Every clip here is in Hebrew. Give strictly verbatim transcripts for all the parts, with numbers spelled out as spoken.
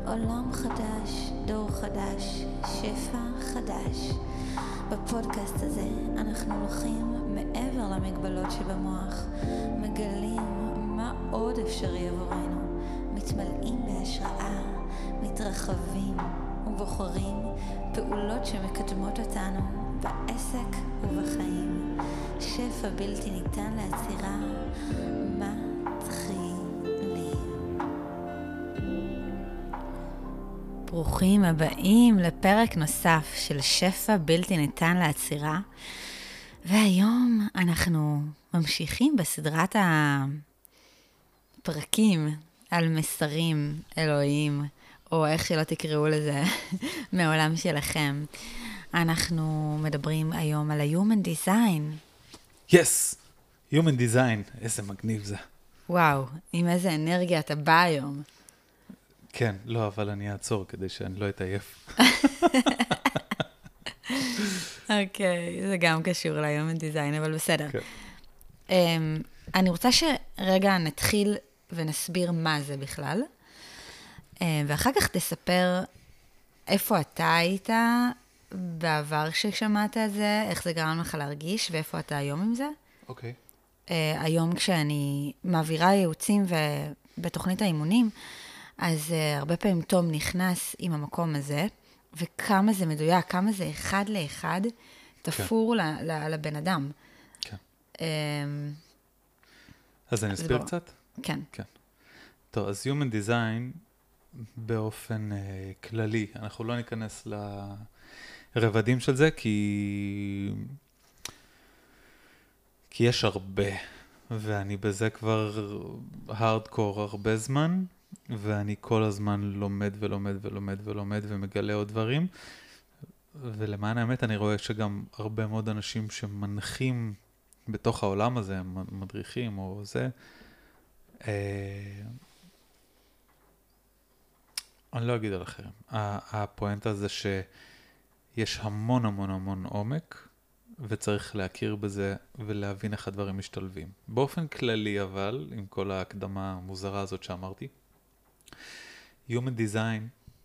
עולם חדש, דור חדש, שפע חדש. בפודקאסט הזה אנחנו הולכים מעבר למגבלות שבמוח, מגלים מה עוד אפשרי עבורנו, מתמלאים בהשראה, מתרחבים ובוחרים פעולות שמקדמות אותנו בעסק ובחיים. שפע בלתי ניתן לעצירה, מתחילים. ברוכים הבאים לפרק נוסף של שפע בלתי ניתן לעצירה. והיום אנחנו ממשיכים בסדרת הפרקים על מסרים אלוהיים, או איך שלא תקראו לזה, מעולם שלכם. אנחנו מדברים היום על ה-Human Design. Yes, Human Design, איזה מגניב זה. וואו, עם איזה אנרגיה אתה בא היום. כן, לא, אבל אני אעצור כדי שאני לא אתעייף. אוקיי, זה גם קשור ל-Human Design, אבל בסדר. Okay. Um, אני רוצה שרגע נתחיל ונסביר מה זה בכלל, um, ואחר כך תספר איפה אתה היית בעבר ששמעת את זה, איך זה גרם לך להרגיש, ואיפה אתה היום עם זה. אוקיי. Okay. Uh, היום כשאני מעבירה ייעוצים ובתוכנית האימונים, אז uh, הרבה פעמים תום נכנס עם המקום הזה, וכמה זה מדויק, כמה זה אחד לאחד תפור כן. ל- ל- לבן אדם. כן. Um, אז אני אסביר קצת? כן. כן. טוב, אז Human Design באופן uh, כללי, אנחנו לא ניכנס לרבדים של זה, כי, כי יש הרבה, ואני בזה כבר הארדקור הרבה זמן, ואני כל הזמן לומד ולומד ולומד ולומד ומגלה עוד דברים, ולמען האמת אני רואה שגם הרבה מאוד אנשים שמנחים בתוך העולם הזה, מדריכים או זה, אה, אני לא אגיד על אחרים. הפואנטה זה שיש המון המון המון עומק, וצריך להכיר בזה ולהבין איך הדברים משתלבים. באופן כללי אבל, עם כל ההקדמה המוזרה הזאת שאמרתי, Human Design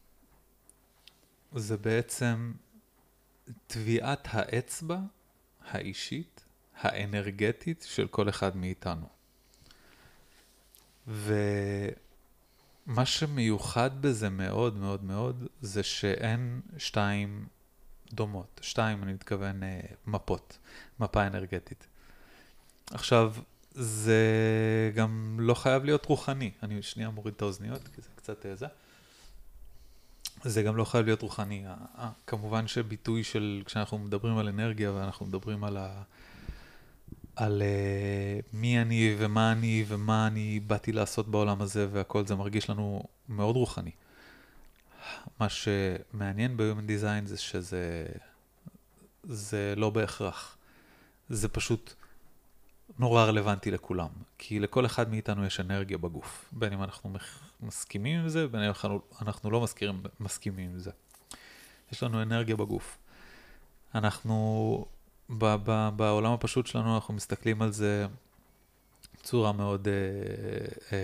זה בעצם טביעת האצבע האישית, האנרגטית של כל אחד מאיתנו. ומה שמיוחד בזה מאוד מאוד מאוד, זה שאין שתיים דומות. שתיים, אני מתכוון, מפות, מפה אנרגטית. עכשיו, זה גם לא חייב להיות רוחני. אני שנייה מוריד את האוזניות, כי זה קצת איזה. זה גם לא חייב להיות רוחני. כמובן שביטוי של, כשאנחנו מדברים על אנרגיה, ואנחנו מדברים על, ה, על uh, מי אני ומה אני ומה אני באתי לעשות בעולם הזה, והכל זה מרגיש לנו מאוד רוחני. מה שמעניין ב-Human Design זה שזה זה לא בהכרח. זה פשוט נורא רלוונטי לכולם, כי לכל אחד מאיתנו יש אנרגיה בגוף, בין אם אנחנו מסכימים עם זה, בין אם אנחנו, אנחנו לא מסכימים, מסכימים עם זה. יש לנו אנרגיה בגוף. אנחנו, ב, ב, בעולם הפשוט שלנו, אנחנו מסתכלים על זה צורה מאוד אה, אה,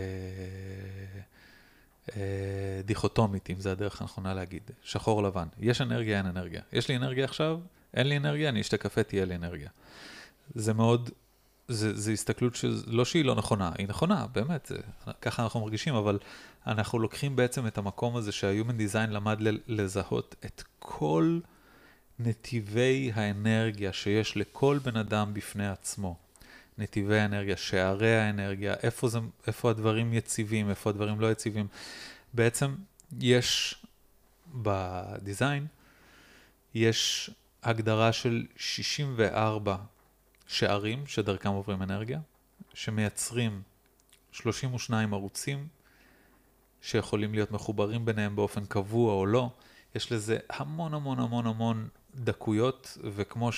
אה, דיכוטומית, אם זה הדרך הנכונה להגיד, שחור לבן. יש אנרגיה, אין אנרגיה. יש לי אנרגיה עכשיו, אין לי אנרגיה, אני אשתה קפה, תהיה לי אנרגיה. זה מאוד... זה, זה הסתכלות שלא שהיא לא נכונה, היא נכונה, באמת, זה, ככה אנחנו מרגישים, אבל אנחנו לוקחים בעצם את המקום הזה שה-Human Design למד לזהות את כל נתיבי האנרגיה שיש לכל בן אדם בפני עצמו. נתיבי האנרגיה, שערי האנרגיה, איפה, זה, איפה הדברים יציבים, איפה הדברים לא יציבים. בעצם יש בדיזיין, יש הגדרה של שישים וארבע שערים שדרכם עוברים אנרגיה, שמייצרים שלושים ושניים ערוצים, שיכולים להיות מחוברים ביניהם באופן קבוע או לא. יש לזה המון המון המון המון דקויות, וכמו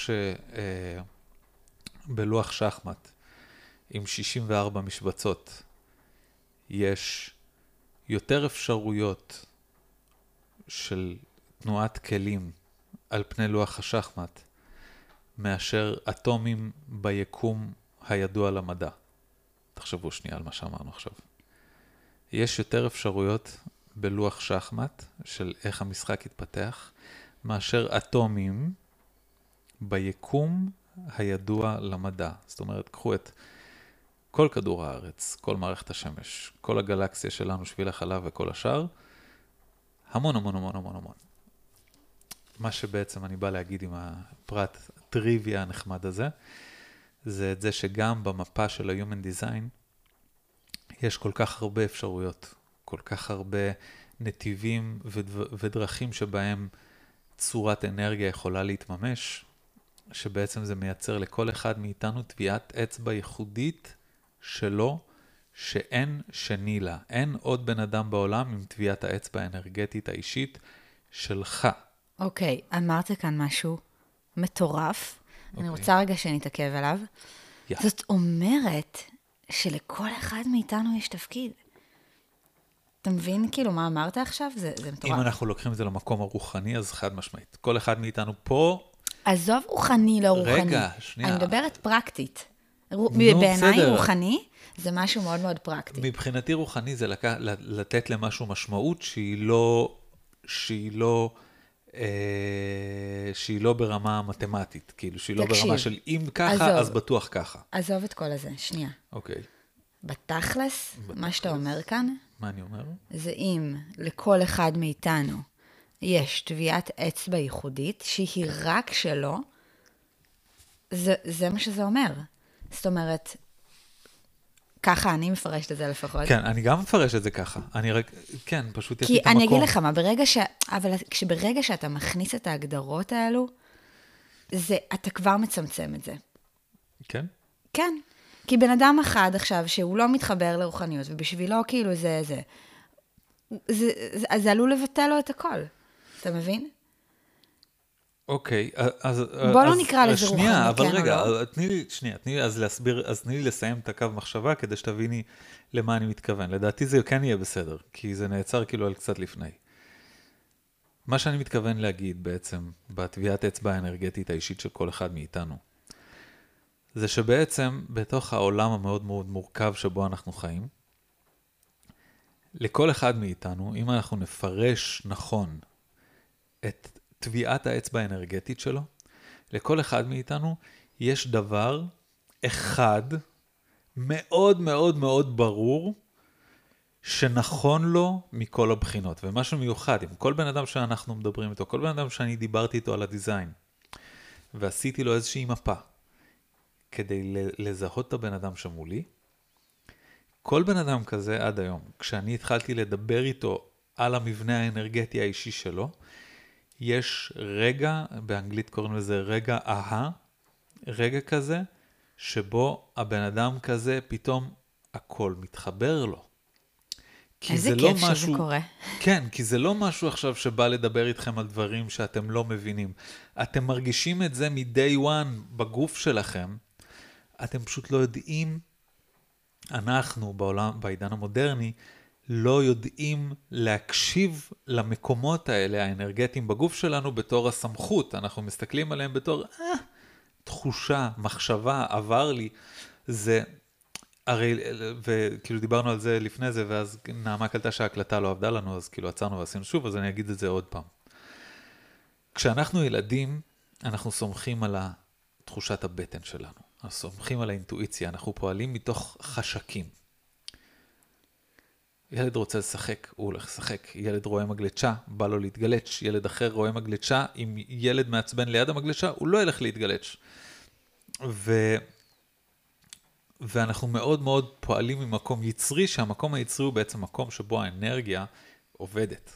שבלוח שחמט, עם שישים וארבע משבצות, יש יותר אפשרויות של תנועת כלים על פני לוח השחמט, מאשר אטומים ביקום הידוע למדע. תחשבו שנייה על מה שאמרנו עכשיו. יש יותר אפשרויות בלוח שחמט של איך המשחק יתפתח, מאשר אטומים ביקום הידוע למדע. זאת אומרת, קחו את כל כדור הארץ, כל מערכת השמש, כל הגלקסיה שלנו, שביל החלב וכל השאר, המון המון המון המון המון. מה שבעצם אני בא להגיד עם הפרט טריוויה הנחמד הזה, זה את זה שגם במפה של ה-Human Design יש כל כך הרבה אפשרויות, כל כך הרבה נתיבים ודרכים שבהם צורת אנרגיה יכולה להתממש, שבעצם זה מייצר לכל אחד מאיתנו טביעת אצבע ייחודית שלו, שאין שני לה. אין עוד בן אדם בעולם עם טביעת האצבע האנרגטית האישית שלך. אוקיי, okay, אמרת כאן משהו מטורף. Okay. אני רוצה רגע שנתעכב עליו. Yeah. זאת אומרת שלכל אחד מאיתנו יש תפקיד. אתה מבין כאילו מה אמרת עכשיו? זה, זה מטורף. אם אנחנו לוקחים את זה למקום הרוחני, אז חד משמעית. כל אחד מאיתנו פה... עזוב רוחני, לא רוחני. רגע, שנייה. אני מדברת פרקטית. נו, בעיניי בסדר. רוחני זה משהו מאוד מאוד פרקטי. מבחינתי רוחני זה לק... לתת למשהו משמעות שהיא לא... שהיא לא... שהיא לא ברמה מתמטית, כאילו שהיא לא ברמה של אם ככה, אז בטוח ככה. עזוב את כל הזה, שנייה. אוקיי. בתכלס, מה שאתה אומר כאן, מה אני אומר? זה אם לכל אחד מאיתנו יש טביעת אצבע ייחודית, שהיא רק שלו, זה, זה מה שזה אומר. זאת אומרת, ככה אני מפרשת את זה לפחות. כן, אני גם מפרש את זה ככה. אני רק, כן, פשוט יש לי את המקום. כי אני אגיד לך מה, ברגע ש... אבל כשברגע שאתה מכניס את ההגדרות האלו, זה, אתה כבר מצמצם את זה. כן? כן. כי בן אדם אחד עכשיו, שהוא לא מתחבר לרוחניות, ובשבילו כאילו זה, זה, זה, זה, אז זה עלול לבטל לו את הכל. אתה מבין? אוקיי, אז... בוא לא נקרא לזה רוחני, שנייה, אבל רגע, תני לי, שנייה, תני לי אז להסביר, אז תני לי לסיים את הקו מחשבה, כדי שתביני למה אני מתכוון. לדעתי זה כן יהיה בסדר, כי זה נעצר כאילו על קצת לפני. מה שאני מתכוון להגיד בעצם, בטביעת אצבע האנרגטית האישית של כל אחד מאיתנו, זה שבעצם בתוך העולם המאוד מאוד מורכב שבו אנחנו חיים, לכל אחד מאיתנו, אם אנחנו נפרש נכון את טביעת האצבע האנרגטית שלו, לכל אחד מאיתנו יש דבר אחד מאוד מאוד מאוד ברור שנכון לו מכל הבחינות. ומשהו מיוחד, עם כל בן אדם שאנחנו מדברים איתו, כל בן אדם שאני דיברתי איתו על הדיזיין, ועשיתי לו איזושהי מפה, כדי לזהות את הבן אדם שמולי, כל בן אדם כזה עד היום, כשאני התחלתי לדבר איתו על המבנה האנרגטי האישי שלו, יש רגע, באנגלית קוראים לזה רגע אהה, רגע כזה, שבו הבן אדם כזה פתאום הכל מתחבר לו. איזה כיף לא שזה משהו, קורה. כן, כי זה לא משהו עכשיו שבא לדבר איתכם על דברים שאתם לא מבינים. אתם מרגישים את זה מ-day one בגוף שלכם, אתם פשוט לא יודעים, אנחנו בעולם, בעידן המודרני, לא יודעים להקשיב למקומות האלה, האנרגטיים בגוף שלנו, בתור הסמכות. אנחנו מסתכלים עליהם בתור, אה, תחושה, מחשבה, עבר לי. זה, הרי, וכאילו דיברנו על זה לפני זה, ואז נעמה קלטה שההקלטה לא עבדה לנו, אז כאילו עצרנו ועשינו שוב, אז אני אגיד את זה עוד פעם. כשאנחנו ילדים, אנחנו סומכים על תחושת הבטן שלנו. אנחנו סומכים על האינטואיציה, אנחנו פועלים מתוך חשקים. ילד רוצה לשחק, הוא הולך לשחק. ילד רואה מגלצ'ה, בא לו להתגלץ'. ילד אחר רואה מגלצ'ה, אם ילד מעצבן ליד המגלצ'ה, הוא לא ילך להתגלץ'. ו... ואנחנו מאוד מאוד פועלים ממקום יצרי, שהמקום היצרי הוא בעצם מקום שבו האנרגיה עובדת.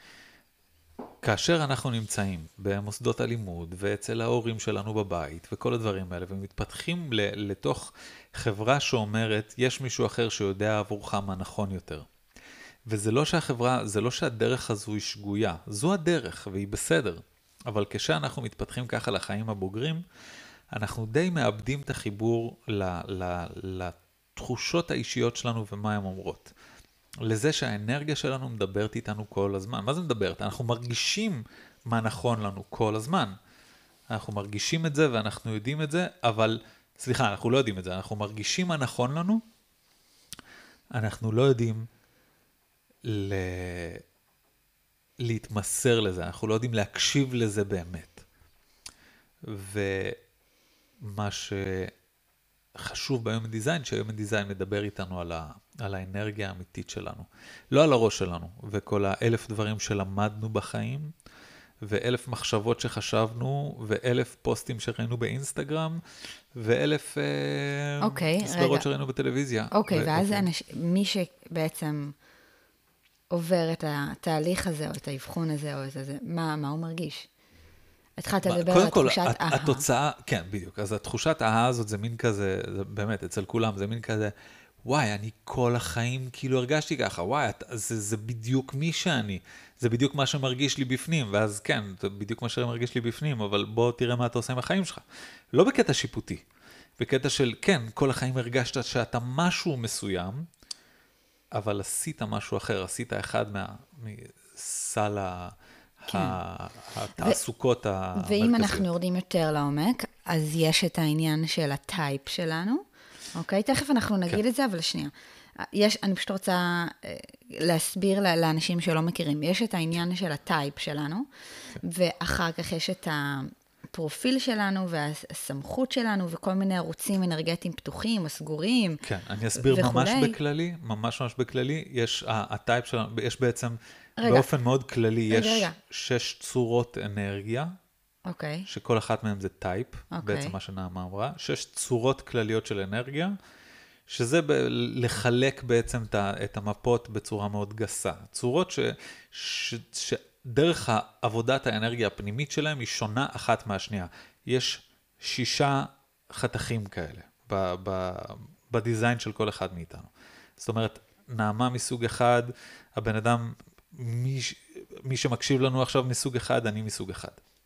כאשר אנחנו נמצאים במוסדות הלימוד ואצל ההורים שלנו בבית וכל הדברים האלה, ומתפתחים לתוך חברה שאומרת, יש מישהו אחר שיודע עבורך מה נכון יותר. וזה לא שהחברה, זה לא שהדרך הזו היא שגויה, זו הדרך והיא בסדר. אבל כשאנחנו מתפתחים ככה לחיים הבוגרים, אנחנו די מאבדים את החיבור לתחושות האישיות שלנו ומה הן אומרות. לזה שהאנרגיה שלנו מדברת איתנו כל הזמן. מה זה מדברת? אנחנו מרגישים מה נכון לנו כל הזמן. אנחנו מרגישים את זה ואנחנו יודעים את זה, אבל, סליחה, אנחנו לא יודעים את זה, אנחנו מרגישים מה נכון לנו, אנחנו לא יודעים ל... להתמסר לזה, אנחנו לא יודעים להקשיב לזה באמת. ומה שחשוב ביום דיזיין, שהיום דיזיין מדבר איתנו על, ה... על האנרגיה האמיתית שלנו. לא על הראש שלנו, וכל האלף דברים שלמדנו בחיים, ואלף מחשבות שחשבנו, ואלף פוסטים שראינו באינסטגרם, ואלף okay, סברות רגע. שראינו בטלוויזיה. אוקיי, okay, ו- ואז אוקיי. אנש... מי שבעצם עובר את התהליך הזה, או את האבחון הזה, או את זה, מה, מה הוא מרגיש? התחלת לדבר על תחושת אהה. אהה. התוצאה, כן, בדיוק. אז התחושת אהה הזאת זה מין כזה, זה באמת, אצל כולם, זה מין כזה, וואי, אני כל החיים כאילו הרגשתי ככה, וואי, זה, זה בדיוק מי שאני, זה בדיוק מה שמרגיש לי בפנים, ואז כן, זה בדיוק מה שמרגיש לי בפנים, אבל בוא תראה מה אתה עושה עם החיים שלך. לא בקטע שיפוטי, בקטע של, כן, כל החיים הרגשת שאתה משהו מסוים, אבל עשית משהו אחר, עשית אחד מה, מסל ה... כן. התעסוקות ו- המרכזיות. ואם אנחנו יורדים יותר לעומק, אז יש את העניין של הטייפ שלנו, אוקיי? תכף אנחנו נגיד כן. את זה, אבל שנייה. יש, אני פשוט רוצה להסביר לאנשים שלא מכירים. יש את העניין של הטייפ שלנו, כן. ואחר כך יש את הפרופיל שלנו, והסמכות שלנו, וכל מיני ערוצים אנרגטיים פתוחים או סגורים. כן, אני אסביר וכולי. ממש בכללי, ממש ממש בכללי, יש, הטייפ שלנו, יש בעצם... רגע. באופן מאוד כללי, רגע, יש רגע. שש צורות אנרגיה, אוקיי. שכל אחת מהן זה טייפ, אוקיי. בעצם מה שנעמה אמרה, שש צורות כלליות של אנרגיה, שזה ב- לחלק בעצם את המפות בצורה מאוד גסה. צורות ש, ש, שדרך עבודת האנרגיה הפנימית שלהם היא שונה אחת מהשנייה. יש שישה חתכים כאלה ב, ב, בדיזיין של כל אחד מאיתנו. זאת אומרת, נעמה מסוג אחד, הבן אדם... מי, מי שמקשיב לנו עכשיו מסוג אחד, אני מסוג אחד.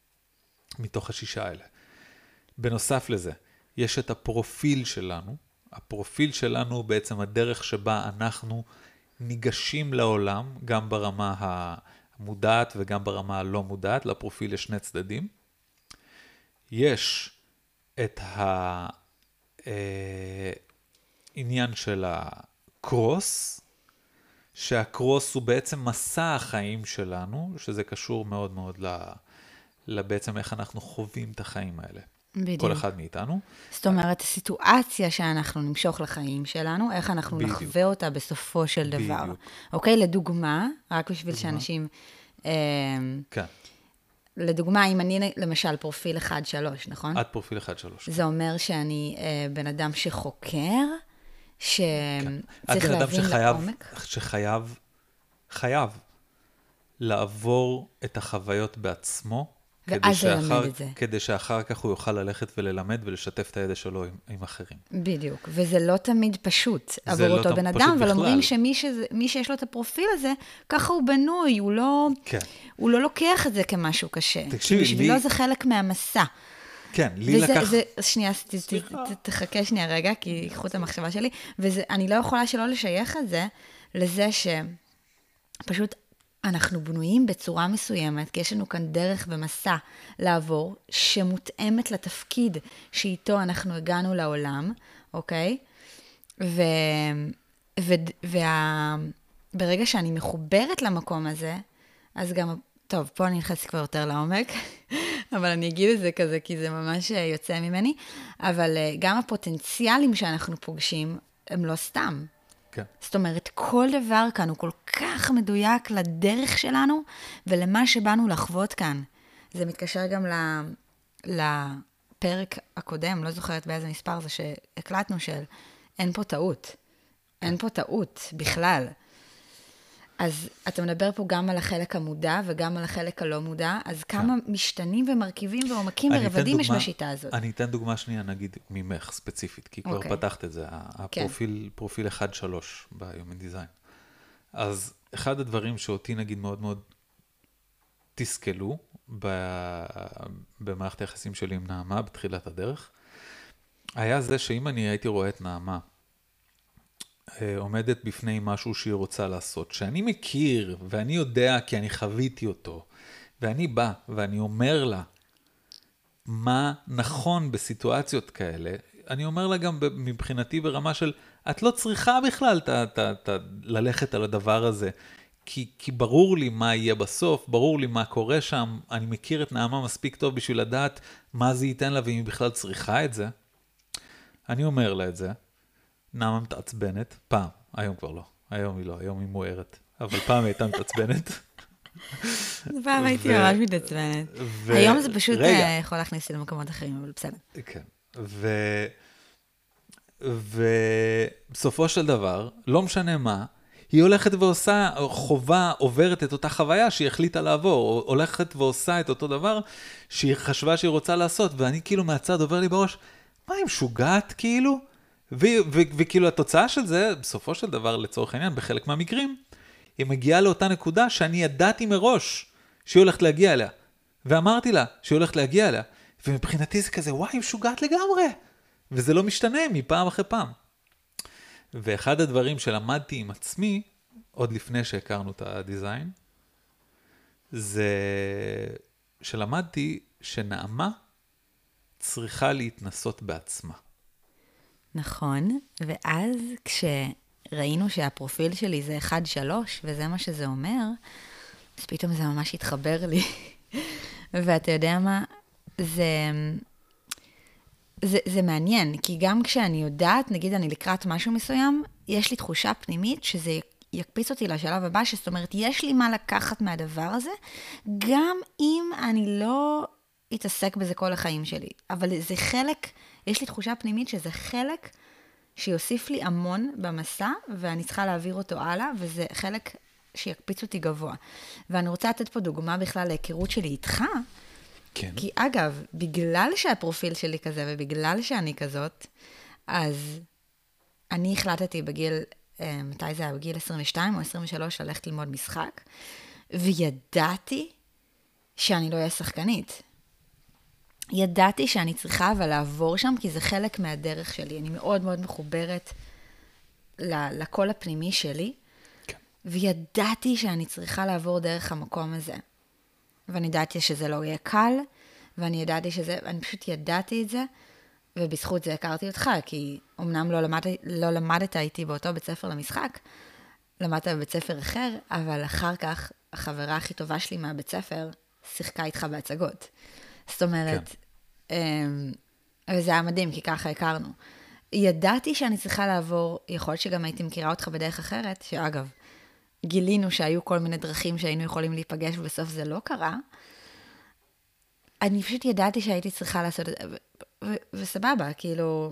מתוך השישה האלה. בנוסף לזה, יש את הפרופיל שלנו. הפרופיל שלנו הוא בעצם הדרך שבה אנחנו ניגשים לעולם, גם ברמה המודעת וגם ברמה הלא מודעת. לפרופיל יש שני צדדים. יש את העניין של הקרוס, שהקרוס הוא בעצם מסע החיים שלנו, שזה קשור מאוד מאוד לבעצם איך אנחנו חווים את החיים האלה. בדיוק. כל אחד מאיתנו. זאת אומרת, הסיטואציה שאנחנו נמשוך לחיים שלנו, איך אנחנו בדיוק. נחווה אותה בסופו של דבר. בדיוק. אוקיי, לדוגמה, רק בשביל דוגמה. שאנשים... כן. לדוגמה, אם אני למשל פרופיל אחד שלוש, נכון? עד פרופיל אחד שלוש. זה אומר שאני בן אדם שחוקר, שצריך כן. להבין שחייב, לעומק. שחייב, חייב לעבור את החוויות בעצמו, ואז ללמד את זה. כדי שאחר כך הוא יוכל ללכת וללמד ולשתף את הידע שלו עם, עם אחרים. בדיוק, וזה לא תמיד פשוט עבור אותו לא בן אדם, אבל אומרים שמי שזה, מי שיש לו את הפרופיל הזה, ככה הוא בנוי, הוא לא, כן. הוא לא לוקח את זה כמשהו קשה. תקשיבי, בשבילו לי... זה חלק מהמסע. כן, לי וזה, לקח... זה, שנייה, ת, ת, ת, תחכה שנייה רגע, כי איכות המחשבה שלי, ואני לא יכולה שלא לשייך את זה, לזה שפשוט אנחנו בנויים בצורה מסוימת, כי יש לנו כאן דרך ומסע לעבור, שמותאמת לתפקיד שאיתו אנחנו הגענו לעולם, אוקיי? ו... ו... וה... ברגע שאני מחוברת למקום הזה, אז גם... טוב, פה אני נכנסת כבר יותר לעומק, אבל אני אגיד את זה כזה, כי זה ממש יוצא ממני, אבל גם הפוטנציאלים שאנחנו פוגשים, הם לא סתם. כן. זאת אומרת, כל דבר כאן הוא כל כך מדויק לדרך שלנו, ולמה שבאנו לחוות כאן. זה מתקשר גם לפרק הקודם, לא זוכרת באיזה מספר זה שהקלטנו של אין פה טעות. אין פה טעות בכלל. אז אתה מדבר פה גם על החלק המודע וגם על החלק הלא מודע, אז כמה משתנים ומרכיבים ועומקים ורבדים יש בשיטה הזאת. אני אתן דוגמה שנייה, נגיד, ממך ספציפית, כי כבר פתחת את זה, הפרופיל, פרופיל אחד שלוש ב-Human Design. אז אחד הדברים שאותי נגיד מאוד מאוד תסכלו במערכת היחסים שלי עם נעמה בתחילת הדרך, היה זה שאם אני הייתי רואה את נעמה, עומדת בפני משהו שהיא רוצה לעשות, שאני מכיר ואני יודע כי אני חוויתי אותו, ואני בא ואני אומר לה מה נכון בסיטואציות כאלה, אני אומר לה גם מבחינתי ברמה של, את לא צריכה בכלל ת, ת, ת, ללכת על הדבר הזה, כי, כי ברור לי מה יהיה בסוף, ברור לי מה קורה שם, אני מכיר את נעמה מספיק טוב בשביל לדעת מה זה ייתן לה, ואם היא בכלל צריכה את זה. אני אומר לה את זה, נעמה מתעצבנת, פעם, היום כבר לא, היום היא לא, היום היא מוארת, אבל פעם היא הייתה מתעצבנת. פעם הייתי ממש מתעצבנת. היום זה פשוט יכול להכניס לי למקומות אחרים, אבל בסדר. כן, ובסופו של דבר, לא משנה מה, היא הולכת ועושה חובה, עוברת את אותה חוויה שהיא החליטה לעבור, הולכת ועושה את אותו דבר שהיא חשבה שהיא רוצה לעשות, ואני כאילו מהצד עובר לי בראש, מה היא משוגעת כאילו? וכאילו התוצאה של זה, בסופו של דבר לצורך העניין, בחלק מהמקרים, היא מגיעה לאותה נקודה שאני ידעתי מראש שהיא הולכת להגיע אליה, ואמרתי לה שהיא הולכת להגיע אליה, ומבחינתי זה כזה, וואי, היא משוגעת לגמרי, וזה לא משתנה מפעם אחרי פעם. ואחד הדברים שלמדתי עם עצמי, עוד לפני שהכרנו את הדיזיין, זה שלמדתי שנעמה צריכה להתנסות בעצמה. נכון, ואז כשראינו שהפרופיל שלי זה אחד שלוש, וזה מה שזה אומר, אז פתאום זה ממש התחבר לי. ואתה יודע מה, זה... זה, זה מעניין, כי גם כשאני יודעת, נגיד אני לקראת משהו מסוים, יש לי תחושה פנימית שזה יקפיץ אותי לשלב הבא, שזאת אומרת, יש לי מה לקחת מהדבר הזה, גם אם אני לא אתעסק בזה כל החיים שלי. אבל זה חלק, יש לי תחושה פנימית שזה חלק שיוסיף לי המון במסע, ואני צריכה להעביר אותו הלאה, וזה חלק שיקפיץ אותי גבוה. ואני רוצה לתת פה דוגמה בכלל להיכרות שלי איתך, כן. כי אגב, בגלל שהפרופיל שלי כזה, ובגלל שאני כזאת, אז אני החלטתי בגיל, מתי זה היה? בגיל עשרים ושתיים או עשרים ושלוש, ללכת ללמוד משחק, וידעתי שאני לא אהיה שחקנית. ידעתי שאני צריכה אבל לעבור שם, כי זה חלק מהדרך שלי. אני מאוד מאוד מחוברת לקול הפנימי שלי, כן. וידעתי שאני צריכה לעבור דרך המקום הזה. ואני ידעתי שזה לא יהיה קל, ואני ידעתי שזה, אני פשוט ידעתי את זה, ובזכות זה הכרתי אותך, כי אמנם לא, למד, לא למדת איתי באותו בית ספר למשחק, למדת בבית ספר אחר, אבל אחר כך החברה הכי טובה שלי מהבית ספר, שיחקה איתך בהצגות. זאת אומרת, כן. וזה היה מדהים, כי ככה הכרנו. ידעתי שאני צריכה לעבור, יכול להיות שגם הייתי מכירה אותך בדרך אחרת, שאגב, גילינו שהיו כל מיני דרכים שהיינו יכולים להיפגש, ובסוף זה לא קרה. אני פשוט ידעתי שהייתי צריכה לעשות את זה, וסבבה, כאילו,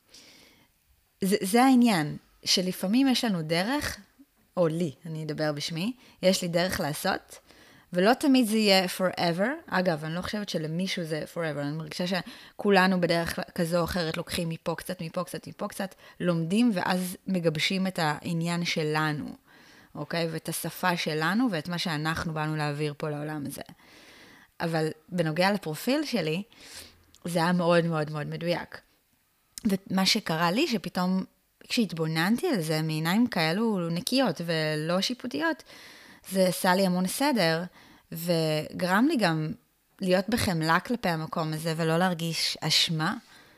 זה, זה העניין, שלפעמים יש לנו דרך, או לי, אני אדבר בשמי, יש לי דרך לעשות, ולא תמיד זה יהיה forever. אגב, אני לא חושבת שלמישהו זה forever, אני מרגישה שכולנו בדרך כזו או אחרת לוקחים מפה קצת, מפה קצת, מפה קצת, לומדים, ואז מגבשים את העניין שלנו. אוקיי? ואת השפה שלנו, ואת מה שאנחנו באנו להעביר פה לעולם הזה. אבל בנוגע לפרופיל שלי, זה היה מאוד מאוד מאוד מדויק. ומה שקרה לי, שפתאום כשהתבוננתי על זה, מעיניים כאלו נקיות ולא שיפוטיות, זה עשה לי המון סדר, וגרם לי גם להיות בחמלה כלפי המקום הזה, ולא להרגיש אשמה,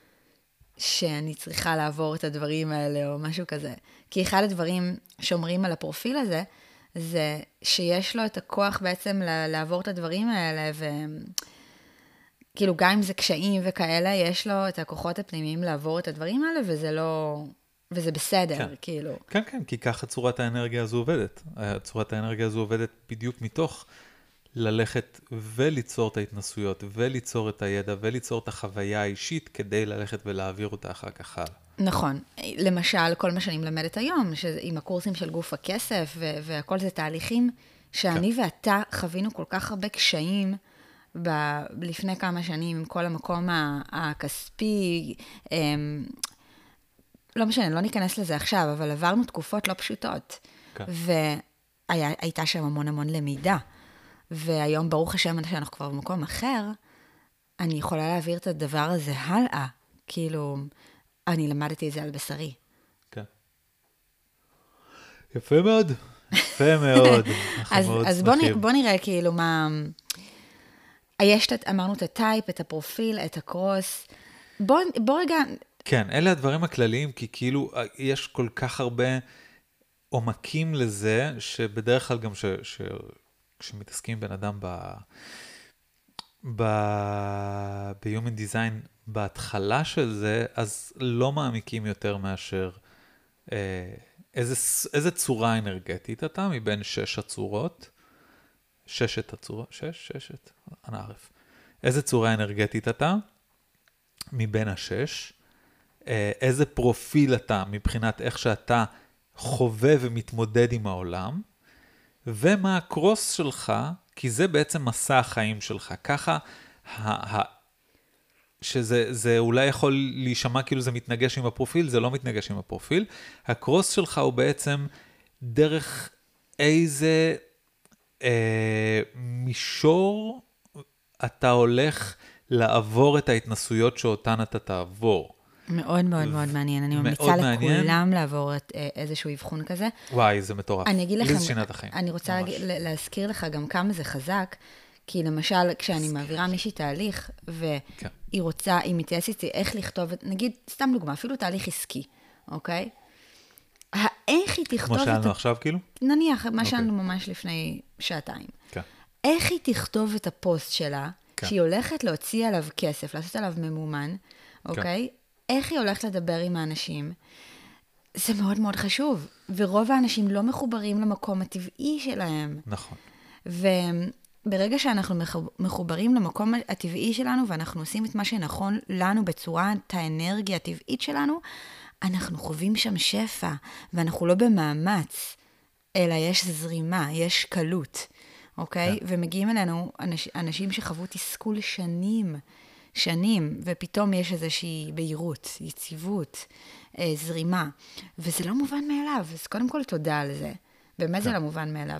שאני צריכה לעבור את הדברים האלה, או משהו כזה. כי אחד הדברים שאומרים על הפרופיל הזה, זה שיש לו את הכוח בעצם לעבור את הדברים האלה, וכאילו גם אם זה קשיים וכאלה, יש לו את הכוחות הפנימיים לעבור את הדברים האלה, וזה לא, וזה בסדר, כן. כאילו. כן, כן, כי ככה צורת האנרגיה הזו עובדת. צורת האנרגיה הזו עובדת בדיוק מתוך ללכת וליצור את ההתנסויות, וליצור את הידע, וליצור את החוויה האישית, כדי ללכת ולהעביר אותה אחר כך הלאה. נכון. למשל, כל מה שאני מלמדת היום, עם הקורסים של גוף הכסף, והכל זה תהליכים, שאני ואתה חווינו כל כך הרבה קשיים, לפני כמה שנים, עם כל המקום הכספי, לא משנה, לא ניכנס לזה עכשיו, אבל עברנו תקופות לא פשוטות, והייתה שם המון המון למידה, והיום ברוך השם שאנחנו כבר במקום אחר, אני יכולה להעביר את הדבר הזה הלאה, כאילו, אני למדתי את זה על בשרי. כן. יפה מאוד, יפה מאוד. אז, אז בוא, נ, בוא נראה כאילו מה, יש, אמרנו את הטייפ, את הפרופיל, את הקרוס, בוא, בוא רגע... כן, אלה הדברים הכלליים, כי כאילו יש כל כך הרבה עומקים לזה, שבדרך כלל גם ש, ש, כשמתעסקים בן אדם ב, ב, ב-Human Design בהתחלה של זה, אז לא מעמיקים יותר מאשר אה, איזה, איזה צורה אנרגטית אתה מבין שש הצורות, ששת הצורות, שש, ששת, אני ערף. איזה צורה אנרגטית אתה מבין השש, איזה פרופיל אתה מבחינת איך שאתה חווה ומתמודד עם העולם, ומה הקרוס שלך, כי זה בעצם מסע החיים שלך. ככה, ה- ה- שזה זה אולי יכול להישמע כאילו זה מתנגש עם הפרופיל, זה לא מתנגש עם הפרופיל. הקרוס שלך הוא בעצם דרך איזה אה, מישור אתה הולך לעבור את ההתנסויות שאותן אתה תעבור. מאוד מאוד מאוד מעניין. אני ממליצה לכולם לעבור את איזשהו אבחון כזה. וואי, זה מטורף. אני אגיד לכם, שינה את החיים. אני רוצה להזכיר לך גם כמה זה חזק, כי למשל, כשאני מעבירה מישהי תהליך, והיא רוצה, היא מתייעצת איתי איך לכתוב, נגיד, סתם דוגמה, אפילו תהליך עסקי, אוקיי? איך היא תכתוב... כמו שאלנו עכשיו, כאילו? נניח, מה שאלנו ממש לפני שעתיים. איך היא תכתוב את הפוסט שלה, שהיא הולכת להוציא עליו כסף, לעשות עליו ממומן, אוקיי? איך היא הולכת לדבר עם האנשים? זה מאוד מאוד חשוב. ורוב האנשים לא מחוברים למקום הטבעי שלהם. נכון. וברגע שאנחנו מחוברים למקום הטבעי שלנו, ואנחנו עושים את מה שנכון לנו בצורת האנרגיה הטבעית שלנו, אנחנו חווים שם שפע, ואנחנו לא במאמץ, אלא יש זרימה, יש קלות. אוקיי? Okay? ומגיעים אלינו אנש, אנשים שחוו תסכול שנים, שנים, ופתאום יש איזושהי בהירות, יציבות, אה, זרימה, וזה לא מובן מאליו, אז קודם כל תודה על זה, באמת okay. זה לא מובן מאליו.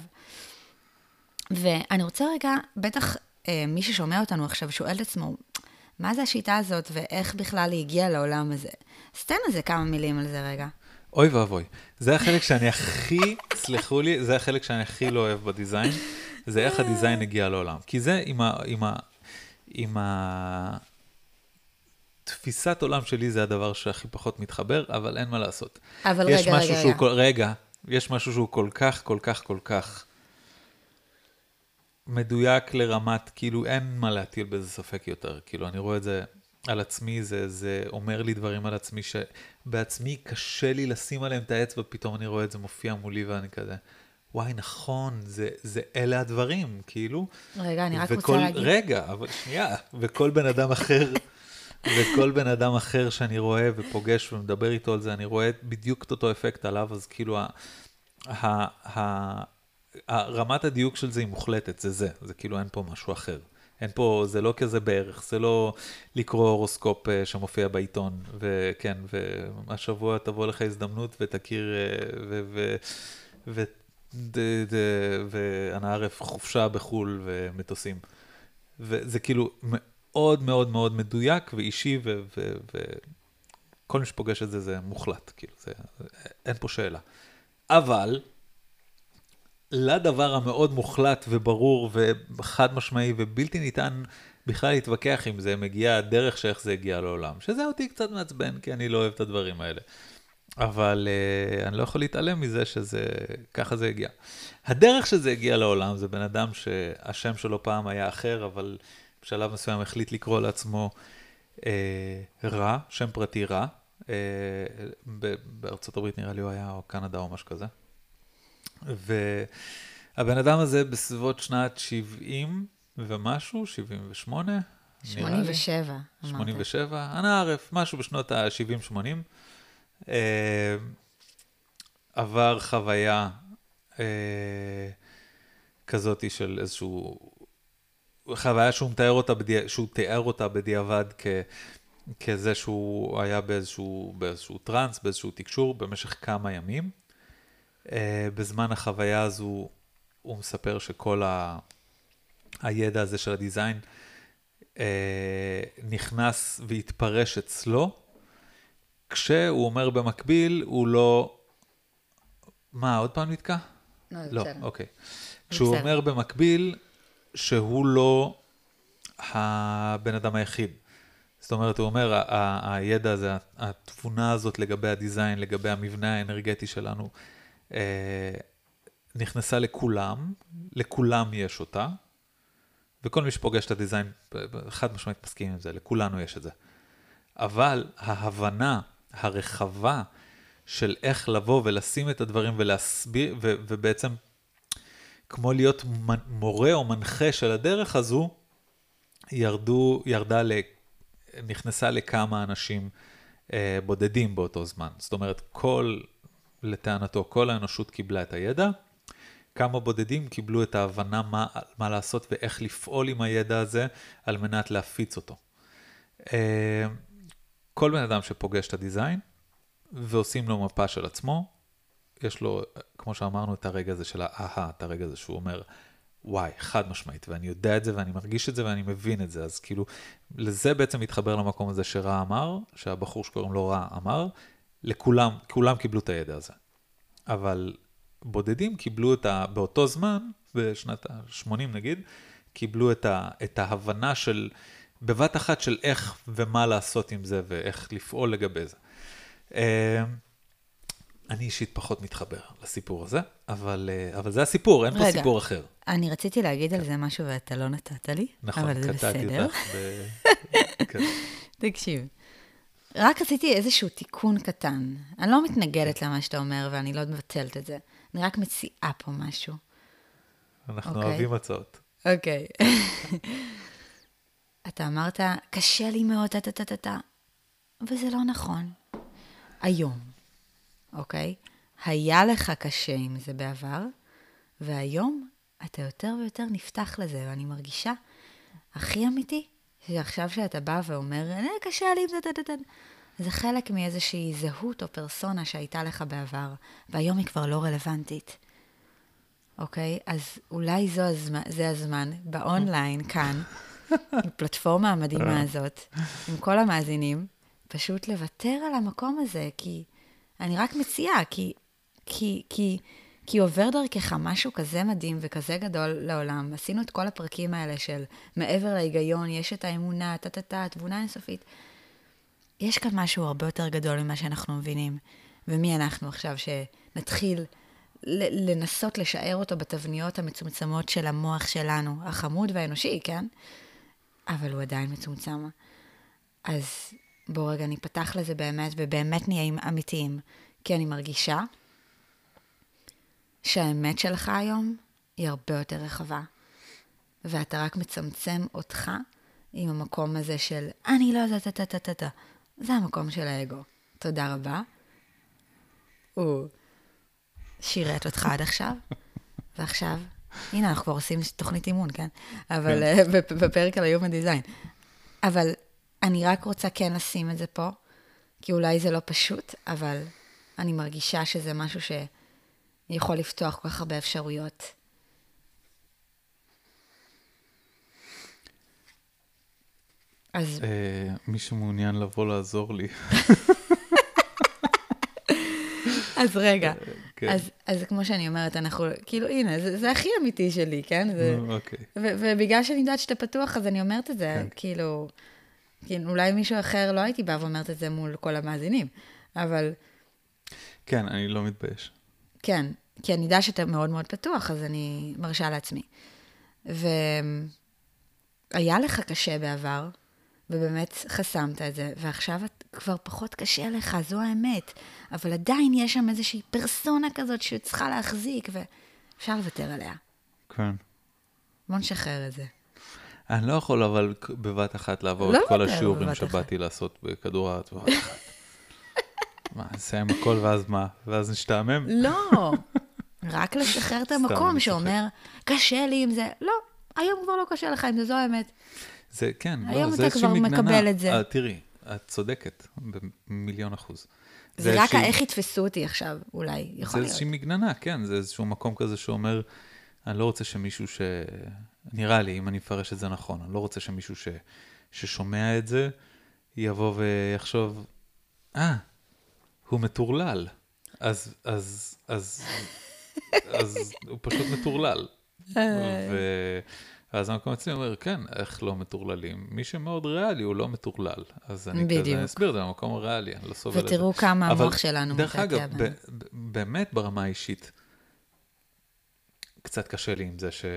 ואני רוצה רגע, בטח אה, מי ששומע אותנו עכשיו שואל את עצמו, מה זה השיטה הזאת ואיך בכלל היא הגיעה לעולם הזה? אז תן לזה כמה מילים על זה רגע. אוי ואבוי, זה החלק שאני הכי, סלחו לי, זה החלק שאני הכי לא אוהב בדיזיין, זה איך הדיזיין הגיע לעולם. כי זה עם ה... עם ה... עם ה... תפיסת עולם שלי זה הדבר שהכי פחות מתחבר, אבל אין מה לעשות. אבל רגע, רגע, רגע. כל... רגע, יש משהו שהוא כל כך, כל כך, כל כך מדויק לרמת, כאילו אין מה להטיל בזה ספק יותר. כאילו אני רואה את זה על עצמי, זה, זה אומר לי דברים על עצמי שבעצמי קשה לי לשים עליהם את האצבע, פתאום אני רואה את זה מופיע מולי ואני כזה... וואי, נכון, זה, זה, אלה הדברים, כאילו. רגע, אני רק וכל, רוצה להגיד. רגע, אבל שנייה, וכל בן אדם אחר, וכל בן אדם אחר שאני רואה ופוגש ומדבר איתו על זה, אני רואה בדיוק את אותו אפקט עליו, אז כאילו, ה, ה, ה, הרמת הדיוק של זה היא מוחלטת, זה זה, זה כאילו אין פה משהו אחר. אין פה, זה לא כזה בערך, זה לא לקרוא הורוסקופ שמופיע בעיתון, וכן, והשבוע תבוא לך הזדמנות ותכיר, ו... ו, ו ואני ערף חופשה בחול ומטוסים. וזה כאילו מאוד מאוד מאוד מדויק ואישי, וכל מי שפוגש את זה זה מוחלט, כאילו, זה, אין פה שאלה. אבל, לדבר המאוד מוחלט וברור וחד משמעי ובלתי ניתן בכלל להתווכח עם זה, מגיע הדרך שאיך זה הגיע לעולם. שזה אותי קצת מעצבן, כי אני לא אוהב את הדברים האלה. אבל uh, אני לא יכול להתעלם מזה שזה, ככה זה הגיע. הדרך שזה הגיע לעולם זה בן אדם שהשם שלו פעם היה אחר, אבל בשלב מסוים החליט לקרוא לעצמו uh, רע, שם פרטי רע. Uh, בארצות הברית נראה לי הוא היה, או קנדה או משהו כזה. והבן אדם הזה בסביבות שנת שבעים ומשהו, שבעים ושמונה. שמונים ושבע. שמונים ושבע, אני ערף, משהו בשנות ה-שבעים שמונים. Uh, עבר חוויה uh, כזאת של איזשהו, חוויה שהוא מתאר אותה, בדיע, שהוא תיאר אותה בדיעבד כ, כזה שהוא היה באיזשהו, באיזשהו טרנס, באיזשהו תקשור במשך כמה ימים. Uh, בזמן החוויה הזו הוא מספר שכל ה, הידע הזה של הדיזיין uh, נכנס והתפרש אצלו, כשהוא אומר במקביל, הוא לא... מה, עוד פעם נתקע? לא, זה לא, בסדר. אוקיי. כשהוא אומר במקביל, שהוא לא הבן אדם היחיד. זאת אומרת, הוא אומר, הידע הזה, התבונה הזאת לגבי הדיזיין, לגבי המבנה האנרגטי שלנו, נכנסה לכולם, לכולם יש אותה, וכל מי שפוגש את הדיזיין, חד משמעית מסכים עם זה, לכולנו יש את זה. אבל ההבנה הרחבה של איך לבוא ולשים את הדברים ולהסביר, ו- ובעצם כמו להיות מורה או מנחה של הדרך הזו, ירדו, ירדה, ל- נכנסה לכמה אנשים אה, בודדים באותו זמן. זאת אומרת, כל, לטענתו, כל האנושות קיבלה את הידע, כמה בודדים קיבלו את ההבנה מה, מה לעשות ואיך לפעול עם הידע הזה על מנת להפיץ אותו. כל בן אדם שפוגש את הדיזיין ועושים לו מפה של עצמו, יש לו, כמו שאמרנו, את הרגע הזה של האהה, את הרגע הזה שהוא אומר, וואי, חד משמעית, ואני יודע את זה ואני מרגיש את זה ואני מבין את זה, אז כאילו, לזה בעצם מתחבר למקום הזה שרע אמר, שהבחור שקוראים לו רע אמר, לכולם, כולם קיבלו את הידע הזה. אבל בודדים קיבלו את ה... באותו זמן, בשנת ה-שמונים נגיד, קיבלו את, ה... את ההבנה של, בבת אחת של איך ומה לעשות עם זה, ואיך לפעול לגבי זה. אני אישית פחות מתחבר לסיפור הזה, אבל, אבל זה הסיפור, אין רגע, פה סיפור אחר. אני רציתי להגיד כן. על זה משהו ואתה לא נתת לי, נכון, אבל זה בסדר. ב... כן. תקשיב. רק עשיתי איזשהו תיקון קטן. אני לא מתנגדת למה שאתה אומר, ואני לא מבטלת את זה. אני רק מציעה פה משהו. אנחנו okay. אוהבים הצעות. אוקיי. Okay. אתה אמרת, קשה לי מאוד, טה-טה-טה-טה. וזה לא נכון. היום, אוקיי? Okay? היה לך קשה עם זה בעבר, והיום אתה יותר ויותר נפתח לזה, ואני מרגישה הכי אמיתי, שעכשיו שאתה בא ואומר, קשה לי עם זה, טה-טה-טה. זה חלק מאיזושהי זהות או פרסונה שהייתה לך בעבר, והיום היא כבר לא רלוונטית. אוקיי? אז אולי זו הזמן, זה הזמן, באונליין, כאן, בפלטפורמה המדהימה הזאת, עם כל המאזינים, פשוט לוותר על המקום הזה, כי אני רק מציעה, כי, כי, כי, כי עובר דרכך משהו כזה מדהים וכזה גדול לעולם. עשינו את כל הפרקים האלה של מעבר להיגיון, יש את האמונה, טה-טה-טה, תבונה אינסופית. יש כאן משהו הרבה יותר גדול ממה שאנחנו מבינים. ומי אנחנו עכשיו שנתחיל לנסות לשער אותו בתבניות המצומצמות של המוח שלנו, החמוד והאנושי, כן? אבל הוא עדיין מצומצם. אז בואו רגע ניפתח לזה באמת, ובאמת נהיה אמיתיים, כי אני מרגישה שהאמת שלך היום היא הרבה יותר רחבה, ואתה רק מצמצם אותך עם המקום הזה של אני לא זה, תה, תה, תה, תה. זה המקום של האגו. תודה רבה. הוא שירת אותך עד עכשיו, ועכשיו, הנה, אנחנו כבר עושים תוכנית אימון, כן? אבל בפרק על היום הדיזיין. אבל אני רק רוצה כן לשים את זה פה, כי אולי זה לא פשוט, אבל אני מרגישה שזה משהו שיכול לפתוח כל כך הרבה אפשרויות. אז... מי שמעוניין לבוא לעזור לי. אז רגע, כן. אז, אז כמו שאני אומרת, אנחנו, כאילו, הנה, זה, זה הכי אמיתי שלי, כן? זה, אוקיי. ו- ובגלל שאני יודעת שאתה פתוח, אז אני אומרת את זה, כן. כאילו, כאילו, אולי מישהו אחר לא הייתי באה ואומרת את זה מול כל המאזינים, אבל... כן, אני לא מתבייש. כן, כי אני יודעת שאתה מאוד מאוד פתוח, אז אני מרשה לעצמי. והיה לך קשה בעבר, ובאמת חסמת את זה, ועכשיו כבר פחות קשה לך, זו האמת. אבל עדיין יש שם איזושהי פרסונה כזאת שצריכה להחזיק, ואפשר לוותר עליה. כן. בוא נשחרר את זה. אני לא יכול אבל בבת אחת לעבור את כל השיעורים שבאתי לעשות בכדור הארץ בבת אחת. מה, נסיים הכל ואז מה? ואז נשתעמם? לא, רק לשחרר את המקום שאומר, קשה לי עם זה. לא, היום כבר לא קשה לך עם זה, זו האמת. זה, כן, היום לא, אתה כבר מקבל את זה. תראי, את צודקת, במיליון אחוז. זה רק איך יתפסו אותי עכשיו, אולי, יכול להיות. זה איזושהי מגננה, כן, זה איזשהו מקום כזה שאומר, אני לא רוצה שמישהו ש... נראה לי, אם אני אפרש את זה נכון, אני לא רוצה שמישהו ש... ששומע את זה, יבוא ויחשוב, אה, הוא מטורלל. אז, אז, אז, אז הוא פשוט מטורלל. ו... ואז המקום עצמי אומר, כן, איך לא מטורללים? מי שמאוד ריאלי הוא לא מטורלל. אז אני בדיוק. כזה, אני אסביר, זה המקום הריאלי, אני לא סובל את זה. ותראו כמה אבל המוח שלנו דרך מתעתע אגב, בנו. ב- ב- באמת ברמה האישית, קצת קשה לי עם זה ש...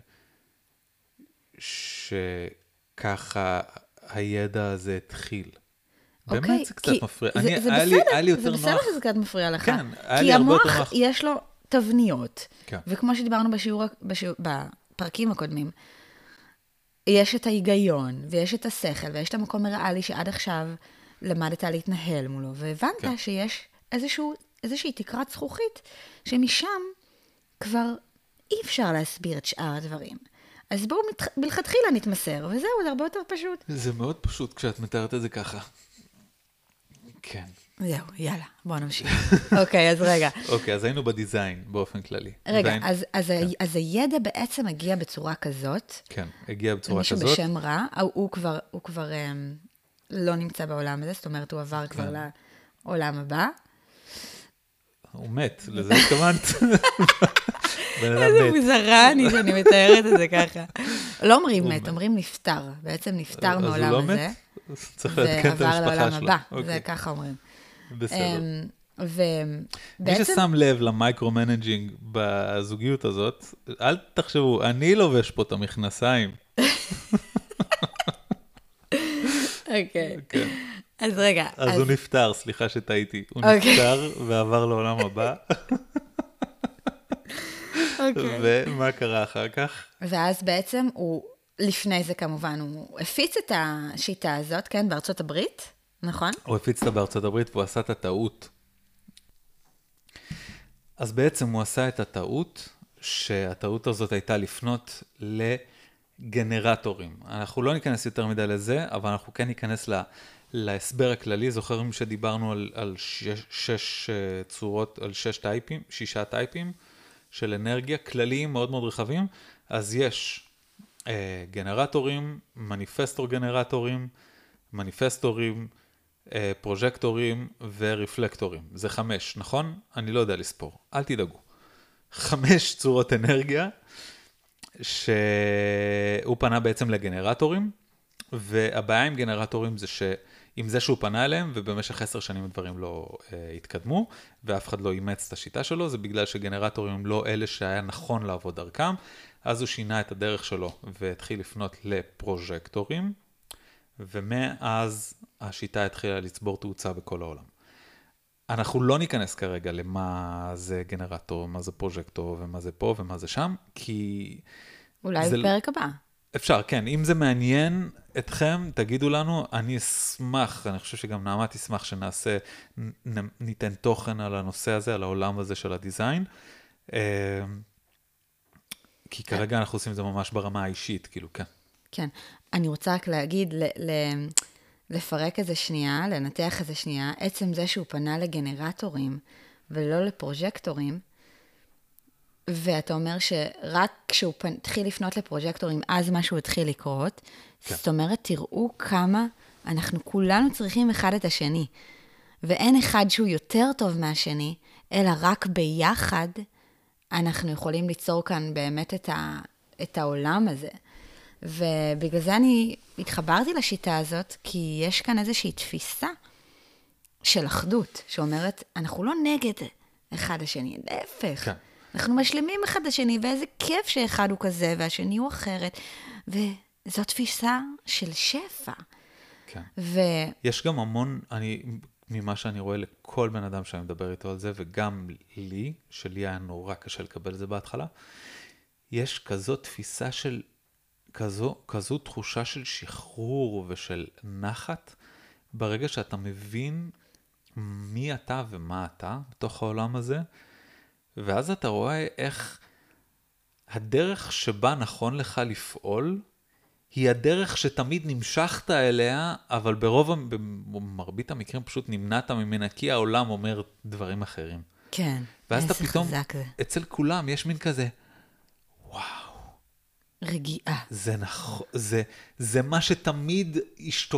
שככה הידע הזה התחיל. אוקיי, באמת זה קצת כי מפריע. זה, אני, זה היה בסדר, לי, היה לי יותר זה בסדר נוח. שזה קצת מפריע לך. כן, היה כי לי הרבה המוח יותר נוח. יש לו תבניות. כן. וכמו שדיברנו בשיעור, בשיעור, בפרקים הקודמים, יש את ההיגיון, ויש את השכל, ויש את המקום הריאלי שעד עכשיו למדת להתנהל מולו, והבנת כן. שיש איזשהו, איזושהי תקרת זכוכית, שמשם כבר אי אפשר להסביר את שאר הדברים. אז בואו מתח... מלכתחילה נתמסר, וזהו, זה הרבה יותר פשוט. זה מאוד פשוט כשאת מתארת את זה ככה. כן. זהו, יאללה, בואו נמשיך. אוקיי, אז רגע. אוקיי, אז היינו בדיזיין באופן כללי. רגע, והיינו- אז, אז, כן. אז הידע בעצם מגיע בצורה כזאת, כן, הגיע בצורה מישהו כזאת. בשם רע, הוא, הוא כבר, הוא כבר um, לא נמצא בעולם הזה, זאת אומרת, הוא עבר כבר לעולם הבא. הוא מת, לזה התכוונת. בן אדם איזה מת. מוזרני שאני מתארת את זה ככה. לא אומרים מת, אומרים נפטר. בעצם נפטר אז הוא מעולם לא הזה. מת? אז צריך לעדכן את ועבר המשפחה לעולם שלו. הבא, אוקיי, זה ככה אומרים. בסדר. אמ, מי ובעצם, ששם לב למייקרו-מנג'ינג בזוגיות הזאת, אל תחשבו, אני לובש פה את המכנסיים. אוקיי. כן. אז רגע. אז הוא נפטר, סליחה שטעיתי. הוא אוקיי. נפטר ועבר לעולם הבא. אוקיי. ומה קרה אחר כך? ואז בעצם הוא, לפני זה כמובן, הוא הפיץ את השיטה הזאת, כן, בארצות הברית, נכון? הוא הפיץ אותה בארצות הברית והוא עשה את הטעות. אז בעצם הוא עשה את הטעות, שהטעות הזאת הייתה לפנות לגנרטורים. אנחנו לא ניכנס יותר מדי לזה, אבל אנחנו כן ניכנס לה, להסבר הכללי. זוכרים שדיברנו על, על שש, שש צורות, על שש טייפים, שישה טייפים של אנרגיה, כלליים מאוד מאוד רחבים. אז יש אה, גנרטורים, מניפסטור גנרטורים, מניפסטורים, אה, פרוז'קטורים ורפלקטורים. זה חמש, נכון? אני לא יודע לספור. אל תדאגו. חמש צורות אנרגיה, שהוא פנה בעצם לגנרטורים, והבעיה עם גנרטורים זה שעם זה שהוא פנה אליהם, ובמשך עשר שנים הדברים לא אה, התקדמו, ואף אחד לא אימץ את השיטה שלו, זה בגלל שגנרטורים הם לא אלה שהיה נכון לעבוד דרכם, אז הוא שינה את הדרך שלו, והתחיל לפנות לפרוז'קטורים, ומאז השיטה התחילה לצבור תאוצה בכל העולם. אנחנו לא ניכנס כרגע למה זה גנרטור, מה זה פרוז'קטור, ומה זה פה ומה זה שם, כי... אולי זה... בפרק הבא. אפשר, כן. אם זה מעניין אתכם, תגידו לנו, אני אשמח, אני חושב שגם נעמה תשמח שנעשה, נ, ניתן תוכן על הנושא הזה, על העולם הזה של הדיזיין. כי כרגע אנחנו עושים את זה ממש ברמה האישית, כאילו, כן. כן. אני רוצה רק להגיד, ל, ל, לפרק איזה שנייה, לנתח איזה שנייה, עצם זה שהוא פנה לגנרטורים ולא לפרוז'קטורים, ואתה אומר שרק כשהוא התחיל לפנות לפרוז'קטורים, אז משהו התחיל לקרות, כן. זאת אומרת, תראו כמה אנחנו כולנו צריכים אחד את השני, ואין אחד שהוא יותר טוב מהשני, אלא רק ביחד אנחנו יכולים ליצור כאן באמת את, ה, את העולם הזה. ובגלל זה אני התחברתי לשיטה הזאת, כי יש כאן איזושהי תפיסה של אחדות, שאומרת, אנחנו לא נגד אחד השני, להפך. כן. אנחנו משלימים אחד השני, ואיזה כיף שאחד הוא כזה, והשני הוא אחרת. וזו תפיסה של שפע. כן. ו... יש גם המון, אני, ממה שאני רואה לכל בן אדם שאני מדבר איתו על זה, וגם לי, שלי היה נורא קשה לקבל את זה בהתחלה, יש כזו תפיסה של, כזו, כזו תחושה של שחרור ושל נחת, ברגע שאתה מבין מי אתה ומה אתה בתוך העולם הזה, ואז אתה רואה איך הדרך שבה נכון לך לפעול, היא הדרך שתמיד נמשכת אליה, אבל ברוב, במרבית המקרים פשוט נמנעת ממנה, כי העולם אומר דברים אחרים. כן, ואז אתה איזה פתאום, חזק זה. אצל כולם יש מין כזה, וואו. רגיעה. זה נכון, זה, זה מה שתמיד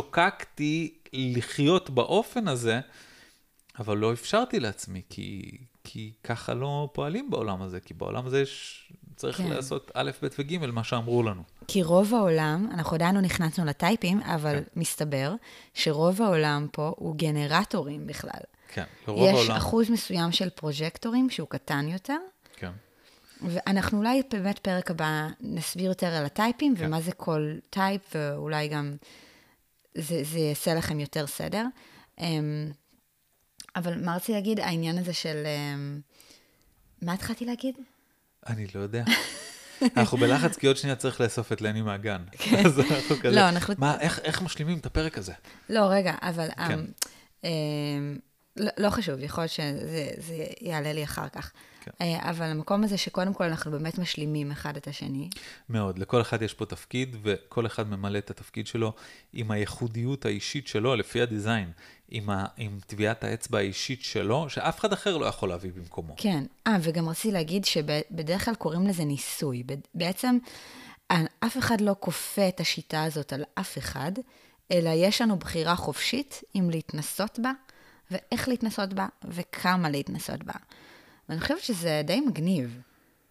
השתוקקתי לחיות באופן הזה, אבל לא אפשרתי לעצמי, כי, כי ככה לא פועלים בעולם הזה, כי בעולם הזה יש, צריך כן. לעשות א', ב' וג', מה שאמרו לנו. כי רוב העולם, אנחנו עדיין לא נכנסנו לטייפים, אבל כן. מסתבר שרוב העולם פה הוא גנרטורים בכלל. כן, לרוב יש העולם... יש אחוז מסוים של פרוג'קטורים שהוא קטן יותר, כן. ואנחנו אולי באמת פרק הבא נסביר יותר על הטייפים, כן. ומה זה כל טייפ, ואולי גם זה, זה יעשה לכם יותר סדר. אבל מה רציתי להגיד, העניין הזה של... מה התחלתי להגיד? אני לא יודע. אנחנו בלחץ, כי עוד שנייה צריך לאסוף את לני מהגן. כן. אז אנחנו כזה... לא, אנחנו... מה, איך, איך משלימים את הפרק הזה? לא, רגע, אבל... כן. לא, לא חשוב, יכול להיות שזה זה יעלה לי אחר כך. כן. אבל המקום הזה שקודם כל אנחנו באמת משלימים אחד את השני. מאוד, לכל אחד יש פה תפקיד, וכל אחד ממלא את התפקיד שלו עם הייחודיות האישית שלו, לפי הדיזיין, עם, ה, עם טביעת האצבע האישית שלו, שאף אחד אחר לא יכול להביא במקומו. כן, אה, וגם רציתי להגיד שבדרך כלל קוראים לזה ניסוי. בעצם אף אחד לא כופה את השיטה הזאת על אף אחד, אלא יש לנו בחירה חופשית אם להתנסות בה, ואיך להתנסות בה, וכמה להתנסות בה. ואני חושבת שזה די מגניב.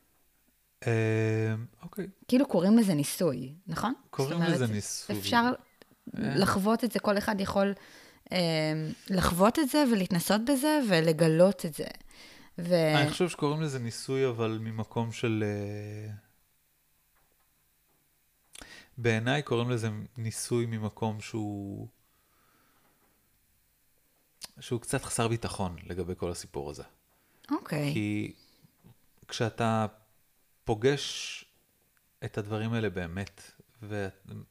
אוקיי. כאילו קוראים לזה ניסוי, נכון? קוראים לזה ניסוי. אפשר לחוות את זה, כל אחד יכול לחוות את זה, ולהתנסות בזה, ולגלות את זה. אני חושב שקוראים לזה ניסוי, אבל ממקום של... בעיניי קוראים לזה ניסוי ממקום שהוא... שהוא קצת חסר ביטחון לגבי כל הסיפור הזה. אוקיי. כי כשאתה פוגש את הדברים האלה באמת, ו...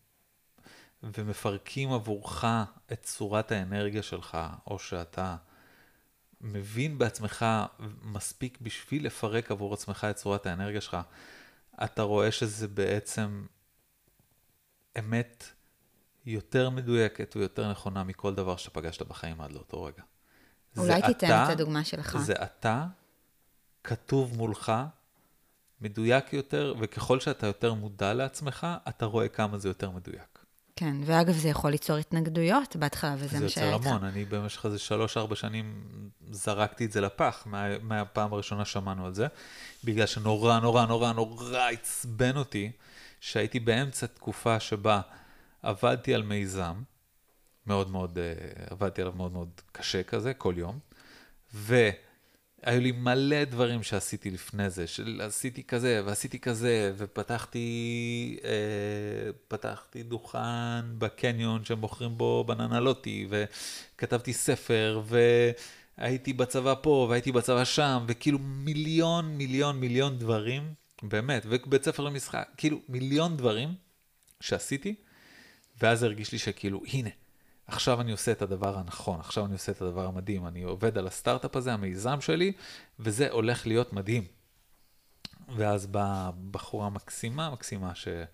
ומפרקים עבורך את צורת האנרגיה שלך, או שאתה מבין בעצמך מספיק בשביל לפרק עבור עצמך את צורת האנרגיה שלך, אתה רואה שזה בעצם אמת יותר מדויקת ויותר נכונה מכל דבר שפגשת בחיים עד לאותו רגע. אולי תיתן אתה, את הדוגמה שלך. זה אתה, כתוב מולך, מדויק יותר, וככל שאתה יותר מודע לעצמך, אתה רואה כמה זה יותר מדויק. כן, ואגב זה יכול ליצור התנגדויות בהתחלה, וזה מה שהיה איתך. זה יוצר המון, אני במשך איזה שלוש, ארבע שנים זרקתי את זה לפח, מה, מהפעם הראשונה שמענו על זה, בגלל שנורא, נורא, נורא, נורא עצבן אותי, שהייתי באמצע תקופה שבה עבדתי על מיזם, מאוד מאוד, עבדתי עליו מאוד מאוד קשה כזה, כל יום, והיו לי מלא דברים שעשיתי לפני זה, שעשיתי כזה ועשיתי כזה, ופתחתי אה, פתחתי דוכן בקניון שמוכרים בו בננלוטי, וכתבתי ספר, והייתי בצבא פה, והייתי בצבא שם, וכאילו מיליון, מיליון, מיליון דברים, באמת, ובית ספר למשחק, כאילו מיליון דברים שעשיתי, ואז הרגיש לי שכאילו, הנה, עכשיו אני עושה את הדבר הנכון, עכשיו אני עושה את הדבר המדהים, אני עובד על הסטארט-אפ הזה, המיזם שלי, וזה הולך להיות מדהים. ואז באה בחורה מקסימה, מקסימה,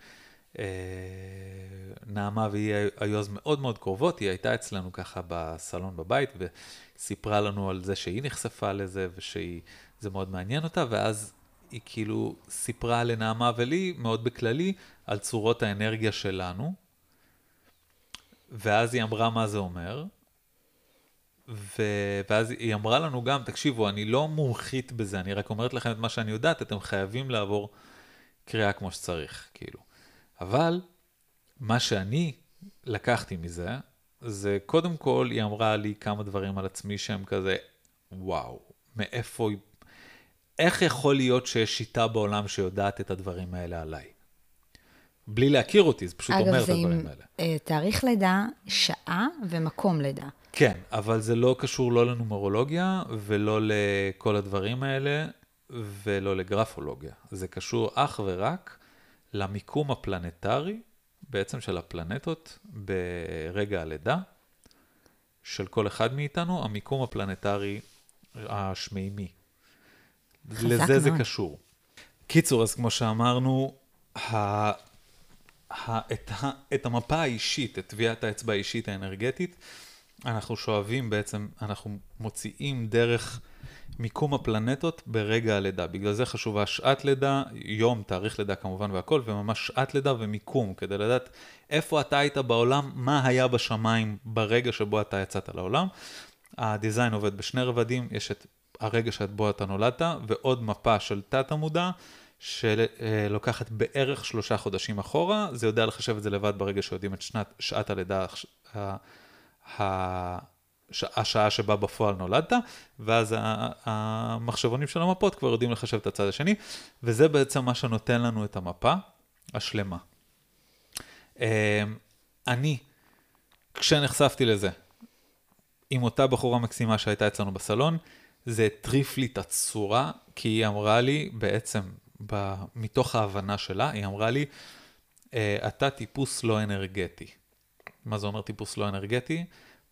שנעמה והיא היו אז מאוד מאוד קרובות, היא הייתה אצלנו ככה בסלון בבית, וסיפרה לנו על זה שהיא נחשפה לזה, ושזה מאוד מעניין אותה, ואז היא כאילו סיפרה לנעמה ולי, מאוד בכללי, על צורות האנרגיה שלנו, ואז היא אמרה מה זה אומר, ו... ואז היא אמרה לנו גם, תקשיבו, אני לא מומחית בזה, אני רק אומרת לכם את מה שאני יודעת, אתם חייבים לעבור קריאה כמו שצריך, כאילו. אבל מה שאני לקחתי מזה, זה קודם כל היא אמרה לי כמה דברים על עצמי שהם כזה, וואו, מאיפה, איך יכול להיות שיש שיטה בעולם שיודעת את הדברים האלה עליי? בלי להכיר אותי, זה פשוט אומר את הדברים האלה. אגב, זה עם תאריך לידה, שעה ומקום לידה. כן, אבל זה לא קשור לא לנומרולוגיה, ולא לכל הדברים האלה, ולא לגרפולוגיה. זה קשור אך ורק למיקום הפלנטרי, בעצם של הפלנטות, ברגע הלידה, של כל אחד מאיתנו, המיקום הפלנטרי השמימי. לזה זה קשור. קיצור, אז כמו שאמרנו, ה... את, ה, את המפה האישית, את טביעת האצבע האישית האנרגטית, אנחנו שואבים בעצם, אנחנו מוציאים דרך מיקום הפלנטות ברגע הלידה. בגלל זה חשובה שעת לידה, יום, תאריך לידה כמובן והכל, וממש שעת לידה ומיקום, כדי לדעת איפה אתה היית בעולם, מה היה בשמיים ברגע שבו אתה יצאת לעולם. הדיזיין עובד בשני רבדים, יש את הרגע שבו אתה נולדת, ועוד מפה של תת המודע, שלוקחת בערך שלושה חודשים אחורה, זה יודע לחשב את זה לבד ברגע שיודעים את שנת, שעת הלידה, השעה שבה בפועל נולדת, ואז המחשבונים של המפות כבר יודעים לחשב את הצד השני, וזה בעצם מה שנותן לנו את המפה השלמה. אני, כשנחשפתי לזה, עם אותה בחורה מקסימה שהייתה אצלנו בסלון, זה הטריף לי את הצורה, כי היא אמרה לי, בעצם, מתוך ההבנה שלה, היא אמרה לי, אתה טיפוס לא אנרגטי. מה זה אומר טיפוס לא אנרגטי?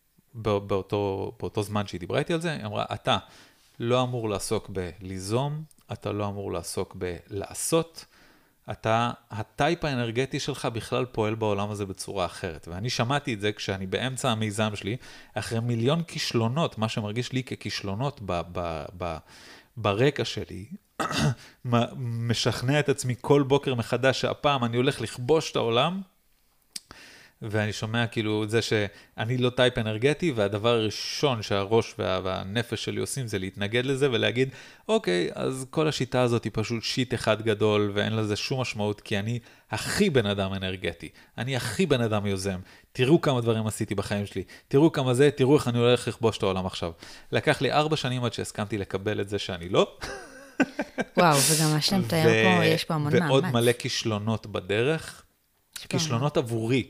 באותו, באותו זמן שהיא דיברה איתי על זה, היא אמרה, אתה לא אמור לעסוק בליזום, אתה לא אמור לעסוק בלעשות, אתה, הטייפ האנרגטי שלך בכלל פועל בעולם הזה בצורה אחרת. ואני שמעתי את זה כשאני באמצע המיזם שלי, אחרי מיליון כישלונות, מה שמרגיש לי ככישלונות ב, ב, ב, ברקע שלי, משכנע את עצמי כל בוקר מחדש שהפעם אני הולך לכבוש את העולם, ואני שומע כאילו זה שאני לא טייפ אנרגטי, והדבר הראשון שהראש וה, והנפש שלי עושים זה להתנגד לזה ולהגיד, אוקיי, אז כל השיטה הזאת היא פשוט שיט אחד גדול, ואין לזה שום משמעות, כי אני הכי בן אדם אנרגטי, אני הכי בן אדם יוזם, תראו כמה דברים עשיתי בחיים שלי, תראו כמה זה, תראו איך אני הולך לכבוש את העולם עכשיו. לקח לי ארבע שנים עד שהסכמתי לקבל את זה שאני לא. וואו, וגם מה שאתה מתאר פה, יש פה המון מאמץ. ועוד מלא כישלונות בדרך, כישלונות עבורי.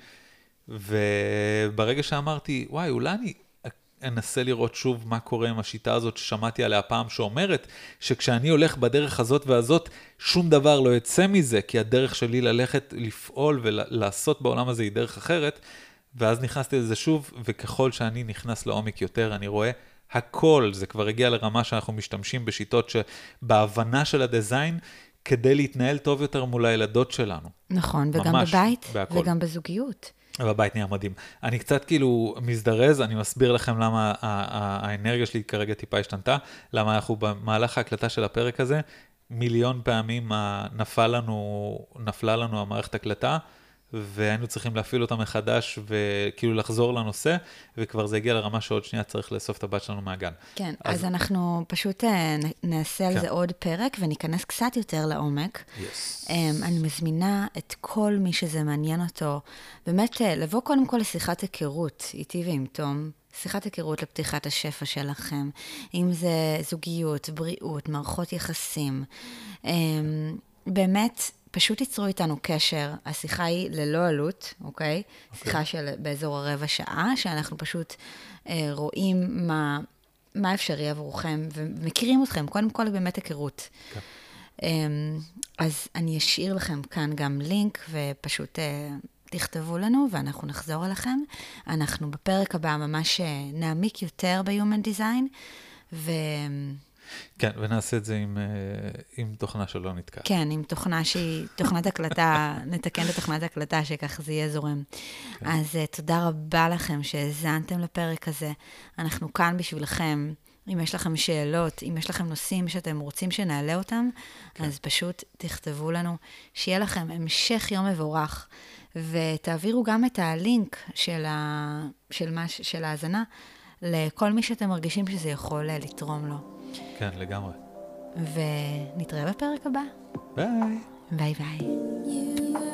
וברגע שאמרתי, וואי, אולי אני אנסה לראות שוב מה קורה עם השיטה הזאת ששמעתי עליה פעם שאומרת, שכשאני הולך בדרך הזאת והזאת, שום דבר לא יצא מזה, כי הדרך שלי ללכת, לפעול ולעשות בעולם הזה היא דרך אחרת, ואז נכנסתי לזה שוב, וככל שאני נכנס לעומק יותר, אני רואה הכל, זה כבר הגיע לרמה שאנחנו משתמשים בשיטות שבהבנה של הדיזיין, כדי להתנהל טוב יותר מול הילדות שלנו. נכון, וגם בבית, וגם בזוגיות. בבית נהיה מדהים. אני קצת כאילו מזדרז, אני מסביר לכם למה האנרגיה שלי כרגע טיפה השתנתה, למה אנחנו במהלך ההקלטה של הפרק הזה, מיליון פעמים נפלה לנו, נפלה לנו המערכת הקלטה, והיינו צריכים להפעיל אותה מחדש, וכאילו לחזור לנושא, וכבר זה הגיע לרמה שעוד שנייה צריך לאסוף את הבת שלנו מהגן. כן, אז, אז אנחנו פשוט נעשה על כן. זה עוד פרק, וניכנס קצת יותר לעומק. Yes. אני מזמינה את כל מי שזה מעניין אותו, באמת לבוא קודם כל לשיחת היכרות, איתי ועם תום, שיחת היכרות לפתיחת השפע שלכם, אם זה זוגיות, בריאות, מערכות יחסים, באמת, פשוט ייצרו איתנו קשר, השיחה היא ללא עלות, אוקיי? Okay. שיחה של באזור הרבע שעה, שאנחנו פשוט אה, רואים מה, מה אפשרי עבורכם, ומכירים אתכם, קודם כל באמת היכרות. Okay. אה, אז אני אשאיר לכם כאן גם לינק, ופשוט אה, תכתבו לנו, ואנחנו נחזור אליכם. אנחנו בפרק הבא ממש נעמיק יותר ב-Human Design, ו... כן, ונעשה את זה עם, עם תוכנה שלא נתקע. כן, עם תוכנה שהיא, תוכנת הקלטה, נתקן את תוכנת הקלטה, שכך זה יהיה זורם. כן. אז תודה רבה לכם שהזנתם לפרק הזה. אנחנו כאן בשבילכם. אם יש לכם שאלות, אם יש לכם נושאים שאתם רוצים שנעלה אותם, כן. אז פשוט תכתבו לנו. שיהיה לכם המשך יום מבורך, ותעבירו גם את הלינק של, ה, של, מה, של ההזנה, לכל מי שאתם מרגישים שזה יכול לתרום לו. כן, לגמרי. ונתראה בפרק הבא. ביי. ביי ביי.